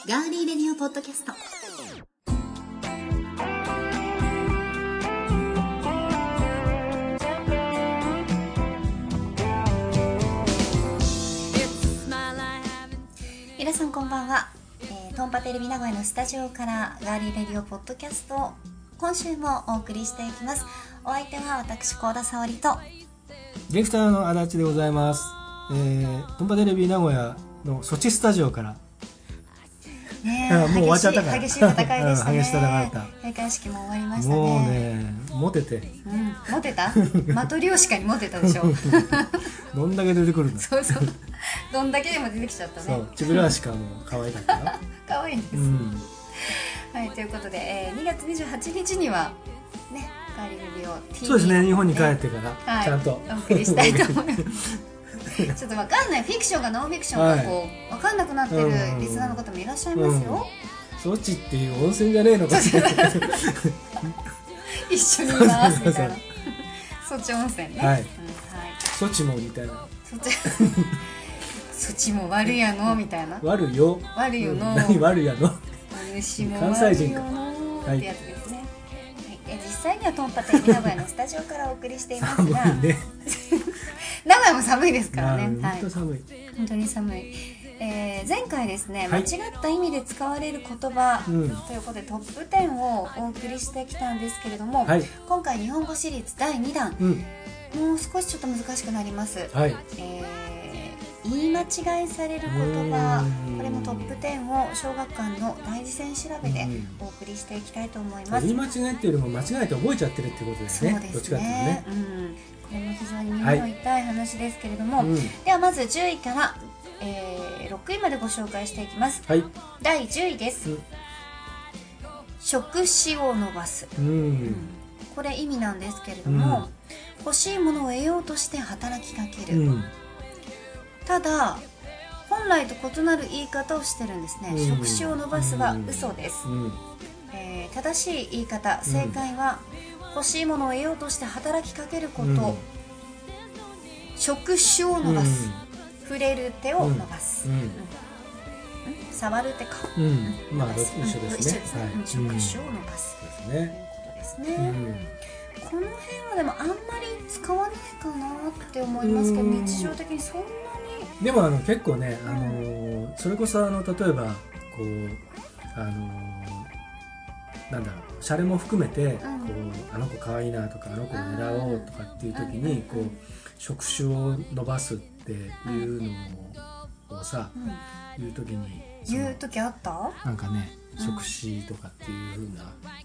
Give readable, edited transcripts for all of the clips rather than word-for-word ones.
ガーリーレディオポッドキャスト。皆さんこんばんは、トンパテレビ名古屋のスタジオからガーリーレディオポッドキャストを今週もお送りしていきます。お相手は私幸田沙織とディレクターの足立でございます。トンパテレビ名古屋のソチスタジオからね、 もう終わっちゃったから激しい戦いでしたね。 激しい戦いだった。 閉会式も終わりましたね。 もうね、モテて、 モテたマトリョーシカにモテたでしょどんだけ出てくるんだ。 そうどんだけでも出てきちゃったね。 そうチブラシカも可愛かったよ可愛いです、はい、ということで、2月28日にはね、ガーリーレディオ TV そうですね、日本に帰ってから、 はい、 ちゃんとお送りしたいと思いますちょっと分かんない、フィクションかノンフィクションかこう、分かんなくなってるリスナーの方もいらっしゃいますよ、 ソチっていう温泉じゃねえのか一緒にいますみたいなソチ温泉ね、 はい、ソチもみたいな、 ソチも悪やのみたいな、 悪よの何悪やの主も悪よのってやつですね、はい、実際にはトンパテレビ名古屋のスタジオからお送りしていますが寒いね名古屋も寒いですからね。 本当寒い、 本当に寒い。前回ですね、間違った意味で使われる言葉ということでトップ10をお送りしてきたんですけれども、 はい、 今回日本語シリーズ第2弾、もう少しちょっと難しくなります、 はい、 言い間違いされる言葉、これもトップ10を小学館の大辞典調べでお送りしていきたいと思います。 言い間違いっていうよりも間違えて覚えちゃってるってことですね。 そうですね、 どっちかっていうとね、 これも非常に耳の痛い話ですけれども、ではまず10位から、6位までご紹介していきます、 はい、 第10位です、触手を伸ばす、これ意味なんですけれども、欲しいものを得ようとして働きかける、ただ本来と異なる言い方をしてるんですね。触手を伸ばすは嘘です、正しい言い方、正解は、欲しいものを得ようとして働きかけること、触手を伸ばす、触れる手を伸ばす、触る手か、 まあ一緒ですね。 触手を伸ばすということですね。この辺はでもあんまり使わないかなって思いますけど、日常的にそんなに。 でも結構ね、それこそ例えばこうなんだろう、シャレも含めて、こうあの子可愛いなとか、あの子を狙おうとかっていう時に、こう触手を伸ばすっていうのをさ、言う時に言う時あった？ なんかね、触手とかっていう風な、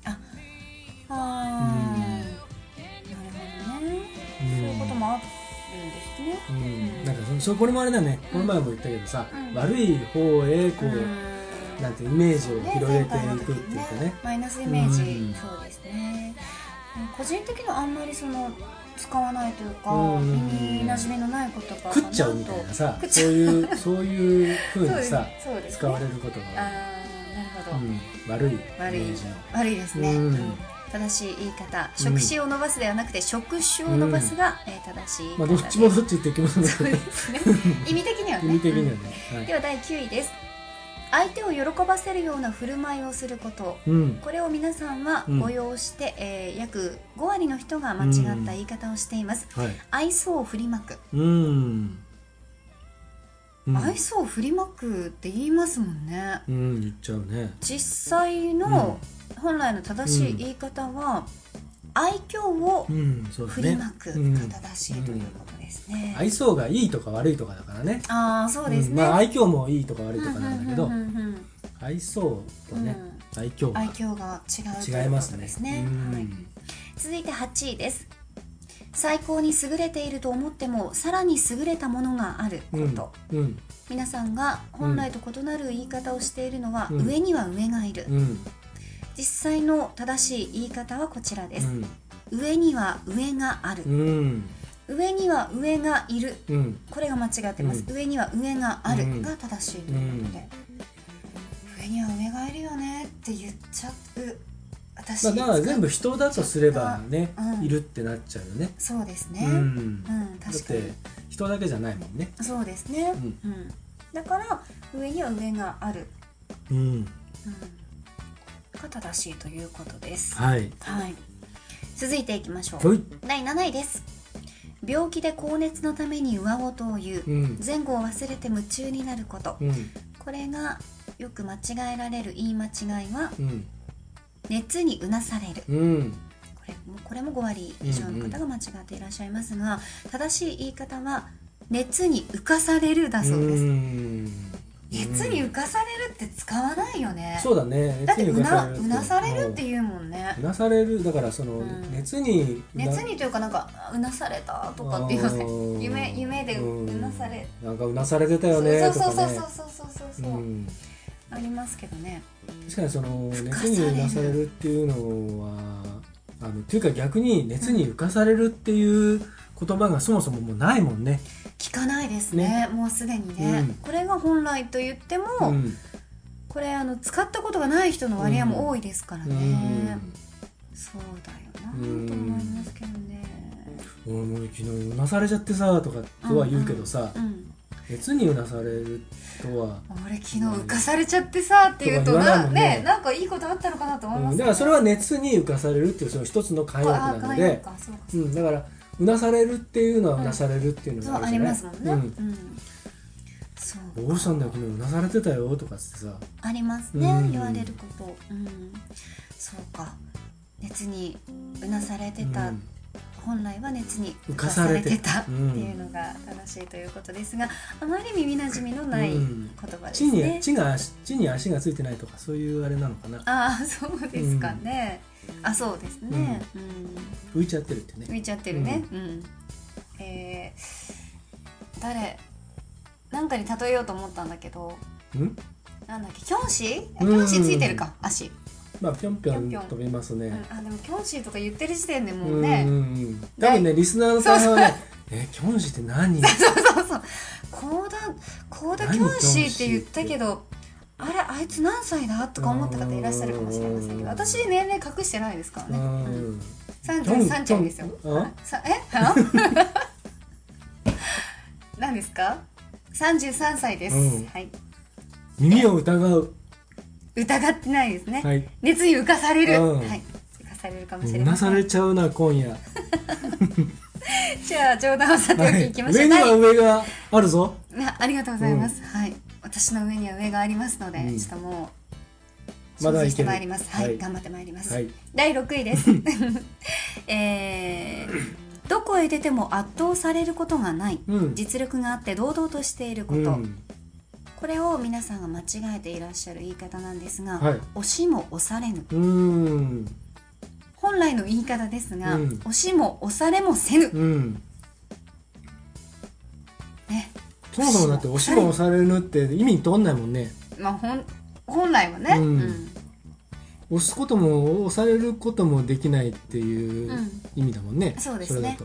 なるほどね、そういうこともあるんですね。 なんかこれもあれだね、この前も言ったけどさ、悪い方へこうなんてイメージを広げていくっていうかね、 マイナスイメージ、そうですね。個人的にはあんまり使わないというか、耳なじみのない言葉食っちゃうみたいなさ、そういう風にさ、使われることが、 なるほど、 悪いイメージの、 悪いですね。正しい言い方、触手を伸ばすではなくて触手を伸ばすが正しい言い方です。 どっちもどっちって気もする。 そうですね。意味的にはね。では第9位です。相手を喜ばせるような振る舞いをすること、これを皆さんは応用して、約5割の人が間違った言い方をしています。愛想を振りまく、愛想を振りまくって言いますもんね。 言っちゃうね。 実際の本来の正しい言い方は、愛嬌を振りまくが正しいということですね。 愛想がいいとか悪いとかだからね。 そうですね。 愛嬌もいいとか悪いとかなんだけど、愛想とね、愛嬌が違いますね。続いて8位です。最高に優れていると思ってもさらに優れたものがあること、皆さんが本来と異なる言い方をしているのは、上には上がいる、実際の正しい言い方はこちらです。上には上がある、上には上がいる、これが間違ってます。上には上があるが正しいということで、上には上がいるよねって言っちゃう。私だから全部人だとすればね、いるってなっちゃうよね。 そうですね。 だって人だけじゃないもんね。 そうですね。だから上には上があるが正しいということです。 はい、 はい、続いていきましょう。第7位です。病気で高熱のために上音を言う、前後を忘れて夢中になること、これがよく間違えられる言い間違いは、熱にうなされる、これも5割以上の方が間違っていらっしゃいますが、正しい言い方は熱に浮かされるだそうです。熱に浮かされるって使わないよね。 そうだね。 だってうなされるって言うもんね。 うなされる、だからその熱にというか、なんかうなされたとかっていうね、夢でうなされ、 なんかうなされてたよねとかね。 そうありますけどね。 確かにその熱にうなされるっていうのはというか逆に熱に浮かされるっていう言葉がそもそももうないもんね。 聞かないですね、もうすでにね、これが本来と言っても、これ使ったことがない人の割合も多いですからね、そうだよなと思いますけどね。 もう昨日うなされちゃってさとかとは言うけどさ、熱にうなされるとは、 俺昨日浮かされちゃってさって言うとなんかいいことあったのかなと思いますね。 だからそれは熱に浮かされるっていうその一つの慣用句なので、だからうなされるっていうのはうなされるっていうのがあるじゃない。 そうありますもんね。 どうしたんだよ昨日うなされてたよとかってさありますね、言われること。そうか、熱にうなされてた、本来は熱に浮かされてたっていうのが正しいということですが、あまり耳なじみのない言葉ですね。 地に足がついてないとかそういうあれなのかな。 ああ、そうですかね。そうですね、 浮いちゃってるってね。 浮いちゃってるね。なんかに例えようと思ったんだけど、なんだっけ、キョンシーついてるか、足。 まあぴょんぴょん飛びますね。 でもキョンシーとか言ってる時点でもうね、 多分ねリスナーの方はね、キョンシーって何？ そうコーダキョンシーって言ったけど、あいつ何歳だとか思った方いらっしゃるかもしれませんけど、私年齢隠してないですからね。33歳ですよ。何ですか？33歳です。はい。 耳を疑ってないですね。 はい、 熱に浮かされる。はい。浮かされるかもしれません。 うなされちゃうな今夜。 じゃあ冗談はさておきいきましょう。 上には上があるぞ。 ありがとうございます。はい。私の上には上がありますので、ちょっともうまだいける。 はい、頑張ってまいります。第6位です。どこへ出ても圧倒されることがない、実力があって堂々としていること、これを皆さんが間違えていらっしゃる言い方なんですが、押しも押されぬ、本来の言い方ですが、押しも押されもせぬ、 そもそもだって押しも押されぬって意味通んないもんね。 本来はね、 押すことも押されることもできないっていう意味だもんね。 そうですね。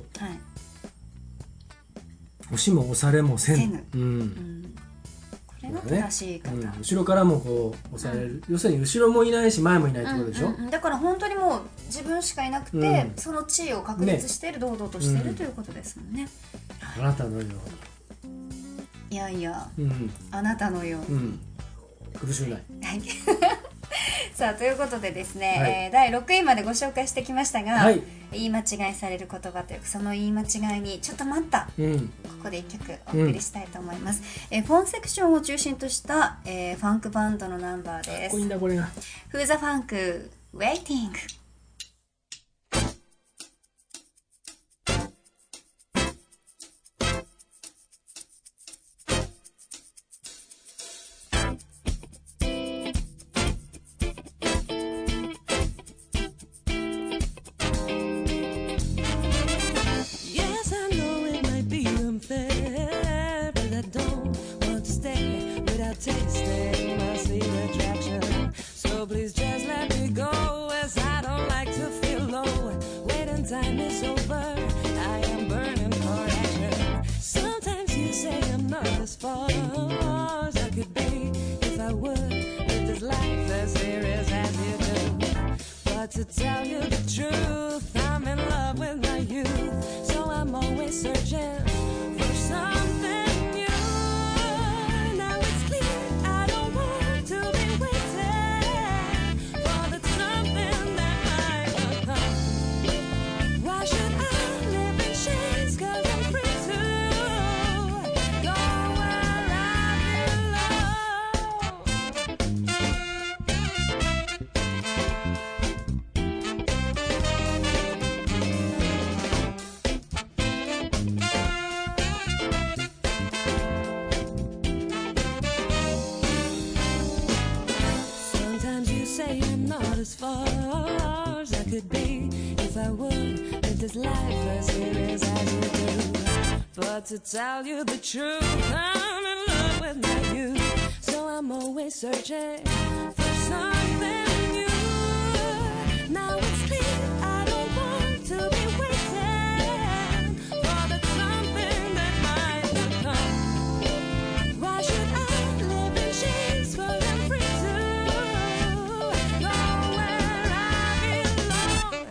押しも押されもせぬ。 これが正しい言い方。 後ろからもこう押される。要するに後ろもいないし前もいないってことでしょ。 だから本当にもう自分しかいなくて、その地位を確立している、堂々としているということですもんね。 あなたのよう。 いやいや、あなたのよう。 苦しゅうない。 さあということでですね、第6位までご紹介してきましたが、言い間違いされる言葉というか、その言い間違いにちょっと待った、ここで1曲お送りしたいと思います。フォンセクションを中心とした、ファンクバンドのナンバーです。かっこいいんだこれが。 フーザファンク Waiting。 Tasting my sweet attraction, so please just let me go, as I don't like to feel low. Waiting time is over, I am burning for action. Sometimes you say I'm not as far as I could be if I would live this life as serious as you do. But to tell you the truth, I'm in love with my youth, so I'm always searching for something new. Now it's clear I don't want to be with as far as I could be if I would live this life as serious as you do. But to tell you the truth, I'm in love with my youth, so I'm always searching for something new. Now it's clear I don't want to be waiting for the something that might not come. Why should I live in chains when I'm free to go where I belong?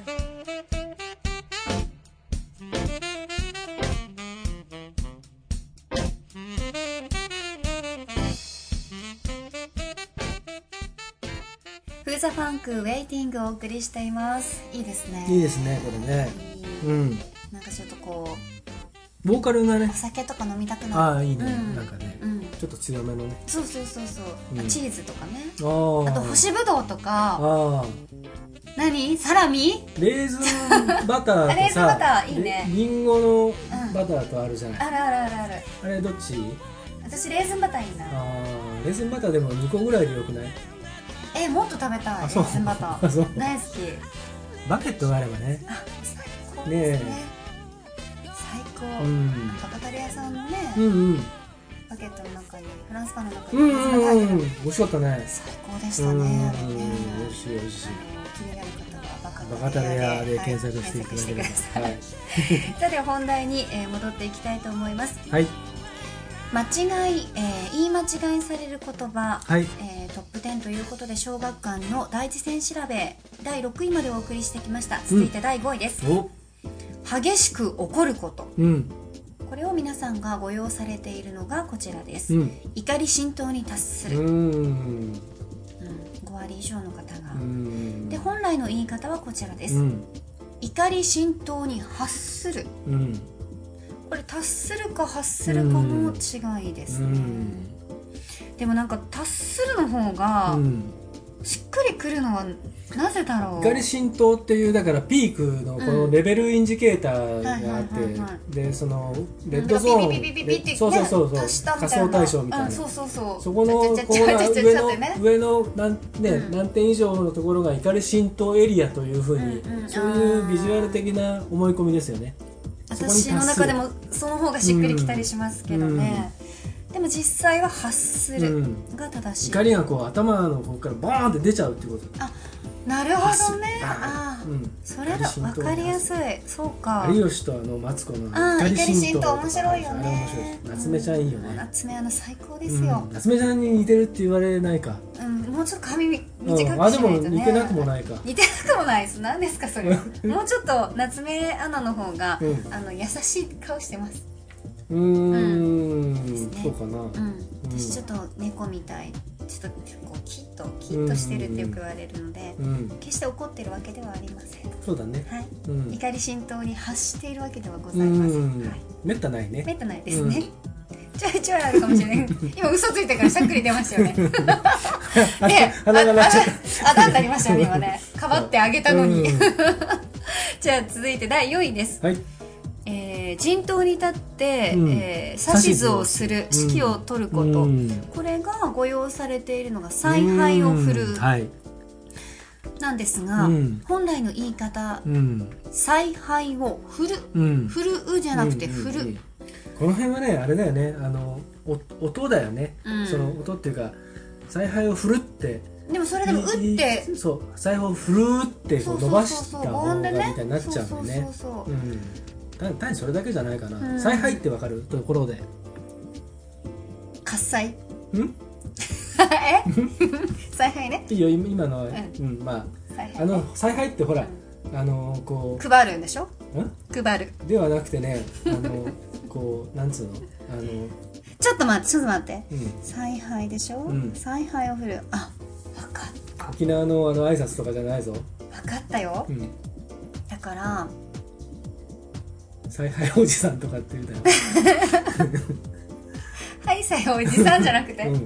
フーザファンクウェイティングをお送りしています。いいですね。 いいですねこれね。うん。 なんかちょっとこうボーカルがね。 お酒とか飲みたくなる。 ああいいね、 うん、 なんかね、 うん、 ちょっと強めのね。 そうそうそうそう、 うん、 チーズとかね。 あと干しぶどうとか。 ああ。 何？サラミ？ レーズンバターとさレーズンバターいいね。 リンゴのバターとあるじゃない。 あるあるあるある。 あれどっち？ 私レーズンバターいいな。 ああレーズンバターでも2個ぐらいでよくない？ もっと食べたい。レーズンバター大好き。 バケットがあればね。 最高ですね。最高。バカタレ屋さんのね、バケットの中にフランスパンの中にレーズンが入ってる。 美味しかったね。 最高でしたね。 美味しい美味しい。 気になる方はバカタレ屋で検索していただければ。 さて本題に戻っていきたいと思います。 はい。 言い間違いされる言葉、 はい、 トップ10ということで小学館の第一線調べ第6位までお送りしてきました。続いて第5位です。激しく怒ること、これを皆さんがご用されているのがこちらです。怒り心頭に達する、5割以上の方が。で本来の言い方はこちらです。怒り心頭に発する、これ達するか発するかの違いですね。でもなんか達するの方がしっくりくるのはなぜだろう。 怒り心頭っていうだからピークのこのレベルインジケーターがあって、でそのレッドゾーン、そうそうそうそう、仮想対象みたいな、そこの上の何点以上のところが怒り心頭エリアというふうに、そういうビジュアル的な思い込みですよね。 私の中でもその方がしっくりきたりしますけどね。でも実際は発するが正しい。 怒りがこう頭の方からボーンって出ちゃうってこと。 あ、なるほどね。それだ、分かりやすい。そうか。 有吉とマツコの怒り心頭面白いよね。 夏目ちゃんいいよね。 夏目最高ですよ。 夏目ちゃんに似てるって言われないか。 もうちょっと髪短くしないとね。 でも似てなくもないか。 似てなくもないです。何ですかそれ。もうちょっと夏目アナの方が優しい顔してます。 そうかな。 私ちょっと猫みたい、ちょっとこうキッとしてるってよく言われるので、決して怒ってるわけではありません。 そうだね。 はい。怒り心頭に発しているわけではございません。 めったないね。 めったないですね。ちょいちょいあるかもしれない。今嘘ついてからしゃっくり出ましたよね。ね、あだになりましたよね今ね。かばってあげたのに。じゃあ続いて第4位です。陣頭に立って、指図をする、指揮を取ること、これがご用されているのが采配を振るなんですが、本来の言い方、采配を振る、振るじゃなくて振る。 この辺はねあれだよね、音だよね、その音っていうか采配を振るって。 でもそれでも打ってそう采配を振るってこう伸ばした方がみたいになっちゃうんだよね。単にそれだけじゃないかな。采配ってわかるところで喝采采配ね。 いいよ今のは。まあ采配ってほらこう配るんでしょ。配るではなくてね、こうなんつうのちょっと待って采配でしょ。采配を振る。あ、分かった。 沖縄の挨拶とかじゃないぞ。 分かったよ。だから采配おじさんとかって言うだよ。 はいさいおじさんじゃなくて、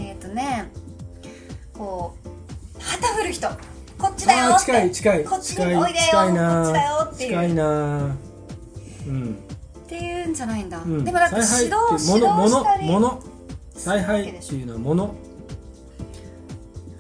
こう旗振る人、こっちだよって、 近いこっちにおいでよ、こっちだよっていう、 近いな。 っていうんじゃないんだ。でもだって指導したり、 物采配っていうのは物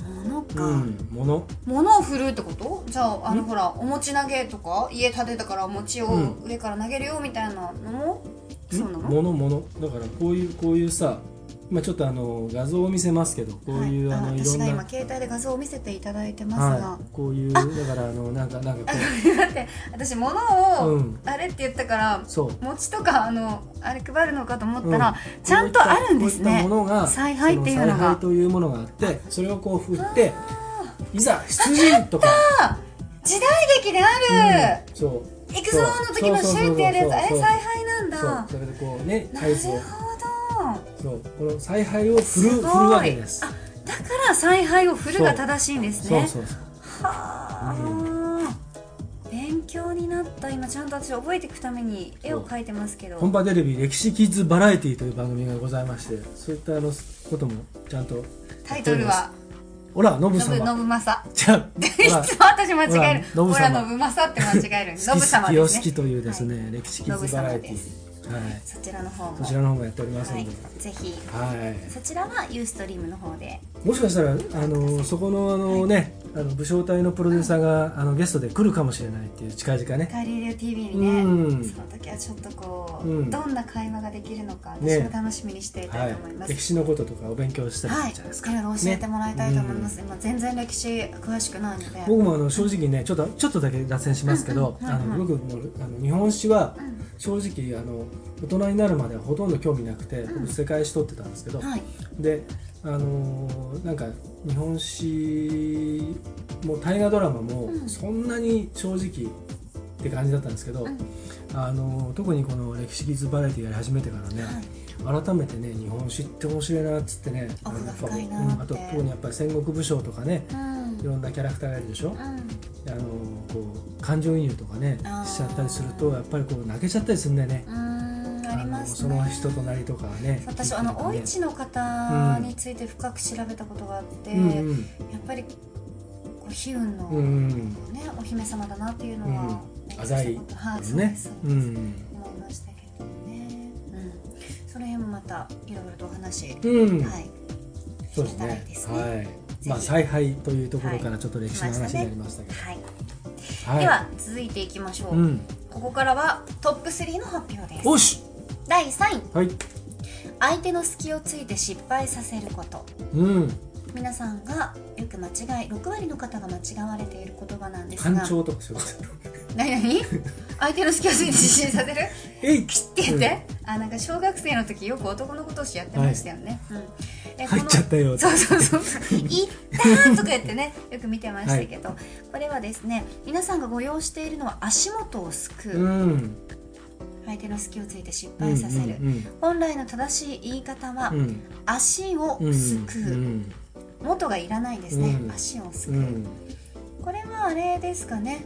か、 物を振るってこと？じゃあほらお餅投げとか家建てたからお餅を上から投げるよみたいなのも、そうなの？ 物だからこういうさ、今ちょっと画像を見せますけど、こういう、 私がいろんな今携帯で画像を見せていただいてますが、 こういうだからなんかこ待って私物を、あれって言ったからそう餅とかあれ配るのかと思ったら、ちゃんとあるんですね。 こういったものが采配っていうのが、 采配というものがあって、それをこう振っていざ羊とか時代劇である、 そう行くぞの時のシューってやるやつ、あれ采配なんだ。 そうそれでこうね合図を、 なるほど。 そうこの采配を振るわけです。 だから采配を振るが正しいんですね。 そうはあ、勉強になった。今ちゃんと私覚えていくために絵を描いてますけど、 本場テレビ歴史キッズバラエティという番組がございまして、そういったこともちゃんとタイトルはオラノブ様、 ノブマサ。 じゃあいつも私間違える。 オラノブマサって間違える。ノブ様清ですね。 式というですね、歴史キッズバラエティ、 そちらの方もやっておりますので、 ぜひ、そちらはユーストリームの方で、 もしかしたらそこのね武将隊のプロデューサーがゲストで来るかもしれないっていう近々ね、 カリレオ TV にね、その時はちょっとこう、どんな会話ができるのか私も楽しみにしていたいと思います。 歴史のこととかお勉強したらいいんじゃないですか。 いろいろ教えてもらいたいと思います。今全然歴史詳しくないので、 僕も正直ねちょっとだけ脱線しますけど、僕も日本史は正直大人になるまではほとんど興味なくて、僕世界史取ってたんですけど、でなんか日本史も大河ドラマもそんなに正直って感じだったんですけど、特にこの歴史キッズバラエティやり始めてからね、改めてね日本史って面白いなっつってね、 奥が深いなって、 あと特にやっぱり戦国武将とかね、いろんなキャラクターがいるでしょ、こう感情移入とかねしちゃったりするとやっぱりこう泣けちゃったりするんだよね。 ありますね。 その人となりとかね。 私お市の方について深く調べたことがあって、やっぱりこう悲運の、お姫様だなっていうのは浅いね、 思いましたけどね。その辺もまたいろいろとお話、 そうですね。采配というところからちょっと歴史の話になりましたけど。 では続いていきましょう。ここからはトップ3の発表です。 おし。 第3位、相手の隙をついて失敗させること。皆さんがよく6割の方が間違われている言葉なんですが、 単調とかそういうこと。 何相手の隙をついて失敗させるキッて言って、なんか小学生の時よく男の子同士やってましたよね。 入っちゃったよ。 そう「いった」とか言ってねよく見てましたけど、これはですね、皆さんがご用しているのは足元をすくう、相手の隙をついて失敗させる。本来の正しい言い方は足をすくう、元がいらないんですね。足をすくう、これはあれですかね、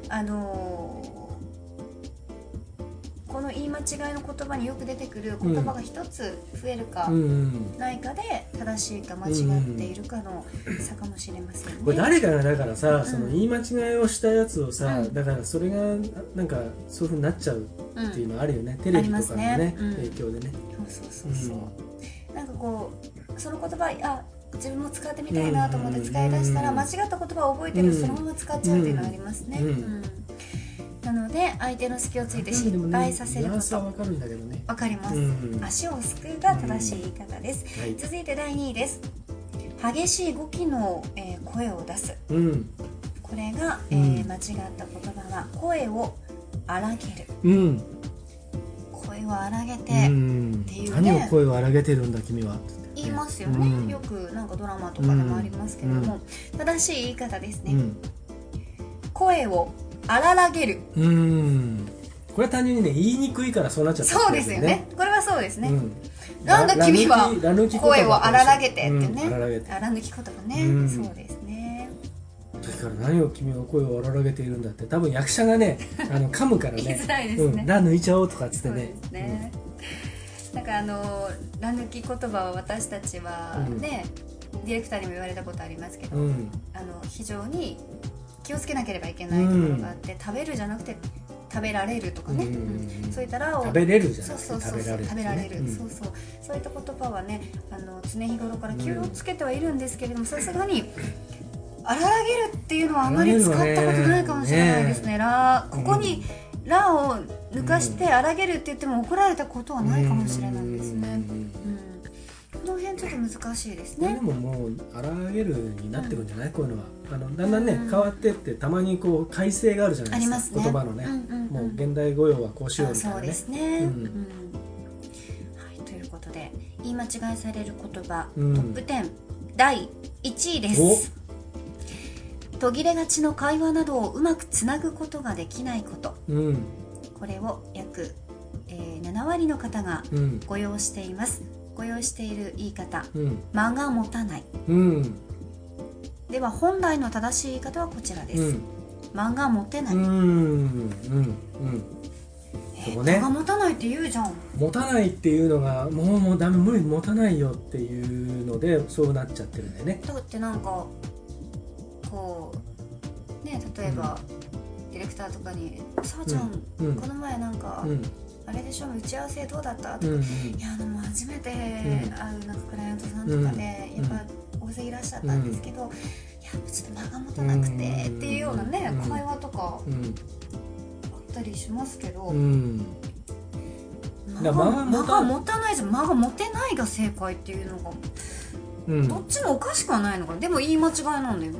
この言い間違いの言葉によく出てくる言葉が一つ増えるかないかで正しいか間違っているかの差かもしれませんね。 これ誰かがだからさ、その言い間違いをしたやつをさ、だからそれがなんかそういう風になっちゃうっていうのあるよね、テレビとかのね影響でね。そうなんかこうその言葉自分も使ってみたいなと思って使い出したら間違った言葉を覚えてるとそのまま使っちゃうっていうのがありますね。なので相手の隙をついて失敗させること、 わかるんだけどね。 わかります。足をすくうが正しい言い方です。続いて第2位です。激しい語気の、声を出す。これが、間違った言葉は声を荒げる。声を荒げてっていうね。 何を声を荒げてるんだ君は。 言いますよね。よくなんかドラマとかでもありますけれども、正しい言い方ですね。声を荒げる。 これは単純にね言いにくいからそうなっちゃった。 そうですよね。これはそうですね。なんだ君は声を荒げてってね。荒抜き言葉ね。そうですね。 だから何を君は声を荒げているんだって多分役者がね噛むからね。 言いづらいですね。 ラ抜いちゃおうとかっつってね。 なんかラ抜き言葉を私たちはね、ディレクターにも言われたことありますけど、非常に気をつけなければいけないところがあって、食べるじゃなくて食べられるとかね、そういったらを食べれるじゃなくて食べられる、 そういった言葉はね常日頃から気をつけてはいるんですけれども、さすがに荒げるっていうのはあまり使ったことないかもしれないですね。ここにラを抜かして荒げるって言っても怒られたことはないかもしれないですね。この辺ちょっと難しいですね。 でももう荒げるになってくんじゃない、こういうのはだんだんね、変わってってたまにこう改正があるじゃないですか、言葉のね、もう現代語用はこうしようみたいなね。そうですね、はい、 ということで言い間違いされる言葉、トップ10第1位です。途切れがちの会話などをうまくつなぐことができないこと、これを約、7割の方がご用しています。ご用意している言い方、間が持たない、では本来の正しい言い方はこちらです。間が持てない。間が持たないって言うじゃん。 持たないっていうのがもうダメ、無理、持たないよっていうのでそうなっちゃってるんだよね。 だってなんかこうね、例えば、ディレクターとかに「さあちゃん、この前なんか、あれでしょ、打ち合わせどうだった?」とか、いやでも初めて会うなんかクライアントさんとかで、やっぱ大勢いらっしゃったんですけど、いやちょっと間が持たなくてっていうようなね、会話とかあったりしますけど、間が持たないじゃん、間が持てないが正解っていうのが、どっちもおかしくはないのか。でも言い間違いなんだよね。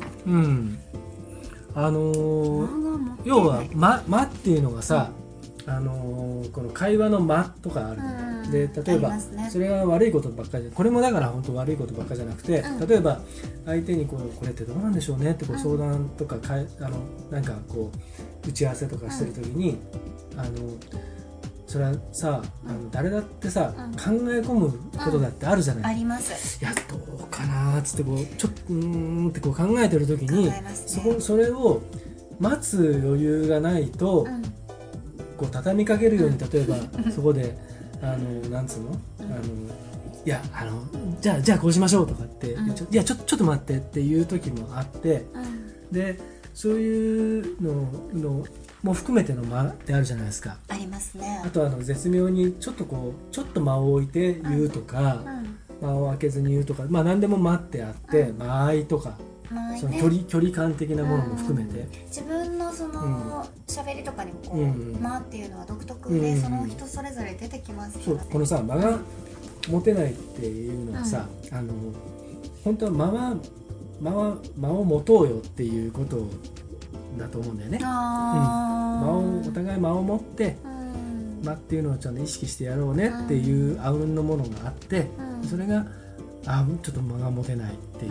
要は間っていうのがさ、この会話の間とかあるで、例えば、それが悪いことばっかりで、これもだから本当悪いことばっかりじゃなくて、例えば相手にこれってどうなんでしょうねってこう相談とかなんかこう打ち合わせとかしてる時に、それはさ、誰だってさ、考え込むことだってあるじゃない。 あります。 いやどうかなーっつってこうちょっとってこう考えてる時に、それを待つ余裕がないと、こう畳みかけるように、例えばそこでなんつうの、いやじゃあこうしましょうとかって、いやちょっと待ってっていう時もあって、でそういうのも含めての間ってあるじゃないですか。 ありますね。 あと絶妙にちょっと間を置いて言うとか、間を空けずに言うとか、何でも間ってあって、間合いとか、その距離感的なものも含めて、 自分のその喋りとかにもこう、間っていうのは独特で、その人それぞれ出てきますよね。 そう、このさ、間が持てないっていうのはさ、本当は間を持とうよっていうことだと思うんだよね。お互い間を持って、間っていうのをちゃんと意識してやろうねっていうあうんのものがあって、それがちょっと間が持てないっていう。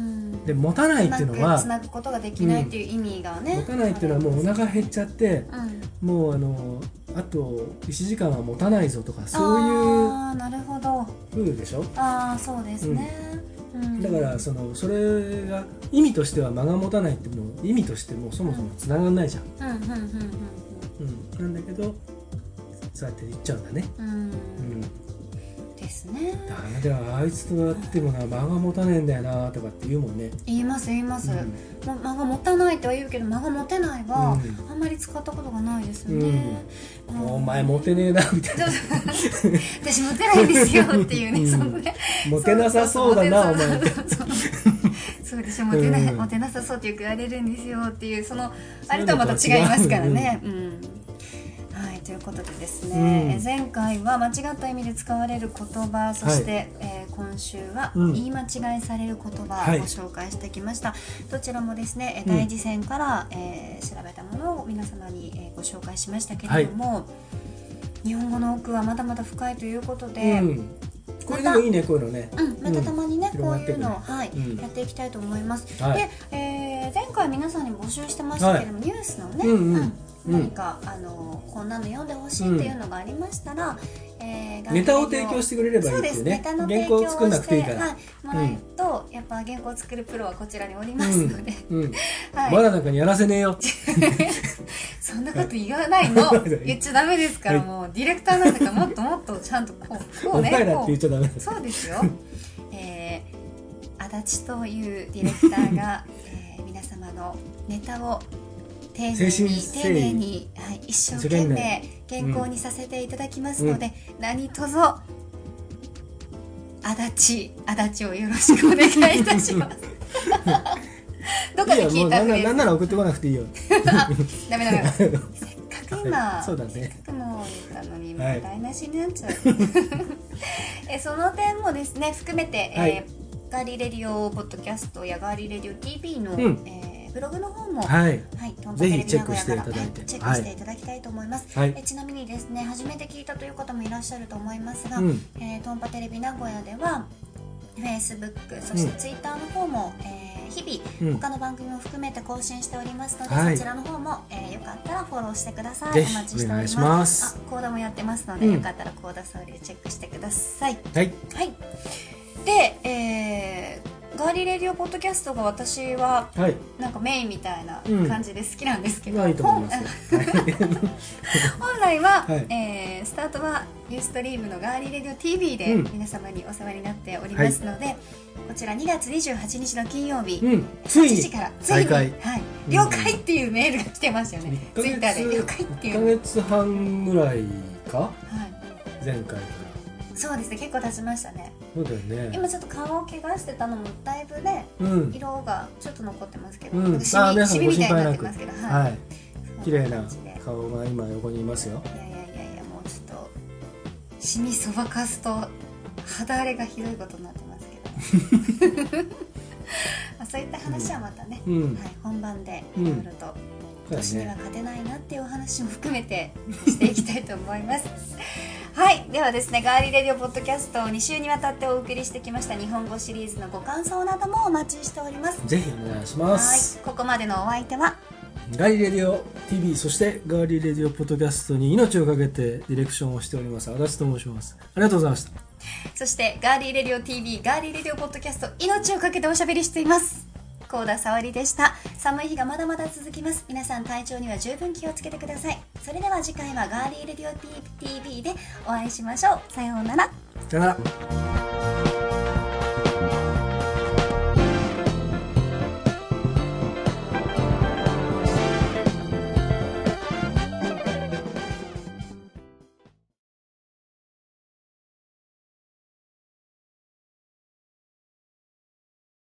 で持たないっていうのはつなぐことができないっていう意味がね、 持たないっていうのはもうお腹減っちゃって、もうあと1時間は持たないぞとか、そういうなるほど風でしょ。 そうですね。 だからそれが意味としては間が持たないってもう意味としてもそもそもつながんないじゃん。なんだけどそうやって言っちゃうんだね。 ですね。 ではあいつとやってもな、間が持たねえんだよなとかって言うもんね。 言います。間が持たないとは言うけど、間が持てないはあんまり使ったことがないですね。 お前持てねえなみたいな。 私持てないんですよっていうね、そのね。 持てなさそうだなお前。 そうでしょ、モテなさそうってよく言われるんですよっていう、そのあれとはまた違いますからね。はい、ということでですね、前回は間違った意味で使われる言葉、そして、今週は言い間違いされる言葉をご紹介してきました。どちらもですね、大辞典から、調べたものを皆様に、ご紹介しましたけれども、日本語の奥はまだまだ深いということで、 これでもいいね、こういうのね。 またたまにね、こういうのをやっていきたいと思います。で、前回皆さんに募集してましたけれども、ニュースのね、何かこんなの読んでほしいっていうのがありましたら、 ネタを提供してくれればいいですよね。原稿を作んなくていいから。 もらえると、やっぱ原稿を作るプロはこちらにおりますので、 まだなんかにやらせねえよ。 そんなこと言わないの。言っちゃダメですから、もうディレクターなんだからもっともっとちゃんとこうね。 お前らって言っちゃダメです。 そうですよ。足立というディレクターが皆様のネタを丁寧に、一生懸命原稿にさせていただきますので、何卒足立をよろしくお願いいたします。どどこで聞いたフレーズ？ なんなら送ってこなくていいよ。 ダメせっかく今そうだね。 せっかくもう言ったのにもはいう台無しになっちゃう。その点もですね含めて、 はいガーリーレディオポッドキャストやガーリーレディオ TV の、ブログの方も、 はいトンパテぜひレビチェックしてい名古屋からただいて、 チェックしていただきたいと思います。 はいちなみにですね初めて聞いたという方もいらっしゃると思いますが、 うんトンパテレビ名古屋では Facebook そして Twitter の方も、日々他の番組も含めて更新しておりますので、 はいそちらの方も、よかったらフォローしてください。 ぜひお待ちしておりお願いしま。 ますす。 コーダもやってますので、よかったらコーダサウリチェックしてください。 はい。 はい。で、ガーリーレディオポッドキャストが私ははい。 なんかメインみたいな感じで好きなんですけど、 まあいいと思いますよ。 本来は、 はいスタートはユーストリームのガーリーレディオ TV で皆様にお世話になっておりますので、こちら2月28日の金曜日、8 ついに時からついに、 再開了解っていうメールが来てましたよね、ツイッターで了解っていう 1ヶ月半ぐらいか、 はい、 前回から。 そうですね結構経ちましたね。 そうだよね。 今ちょっと顔を怪我してたのもだいぶね、色がちょっと残ってますけど、 皆シさんごミみたいにな心配なく、 ってますけど、 はい、綺麗なそん感じで顔が今横にいますよ。 いやもうちょっとシミそばかすと肌荒れがひどいことになってますけどそういった話はまたね、本番でいろいろと今年には勝てないなっていうお話も含めてしていきたいと思いますはい、ではですねガーリーレディオポッドキャストを2週にわたってお送りしてきました日本語シリーズのご感想などもお待ちしております。 ぜひお願いします。 はい、ここまでのお相手はガーリーレディオ TV そしてガーリーレディオポッドキャストに命をかけてディレクションをしております足立と申します。ありがとうございました。 そしてガーリーレディオ TV ガーリーレディオポッドキャスト命をかけておしゃべりしています高田沙織でした。寒い日がまだまだ続きます。皆さん体調には十分気をつけてください。それでは次回はガーリーレディオ TV でお会いしましょう。さようなら。 さよなら。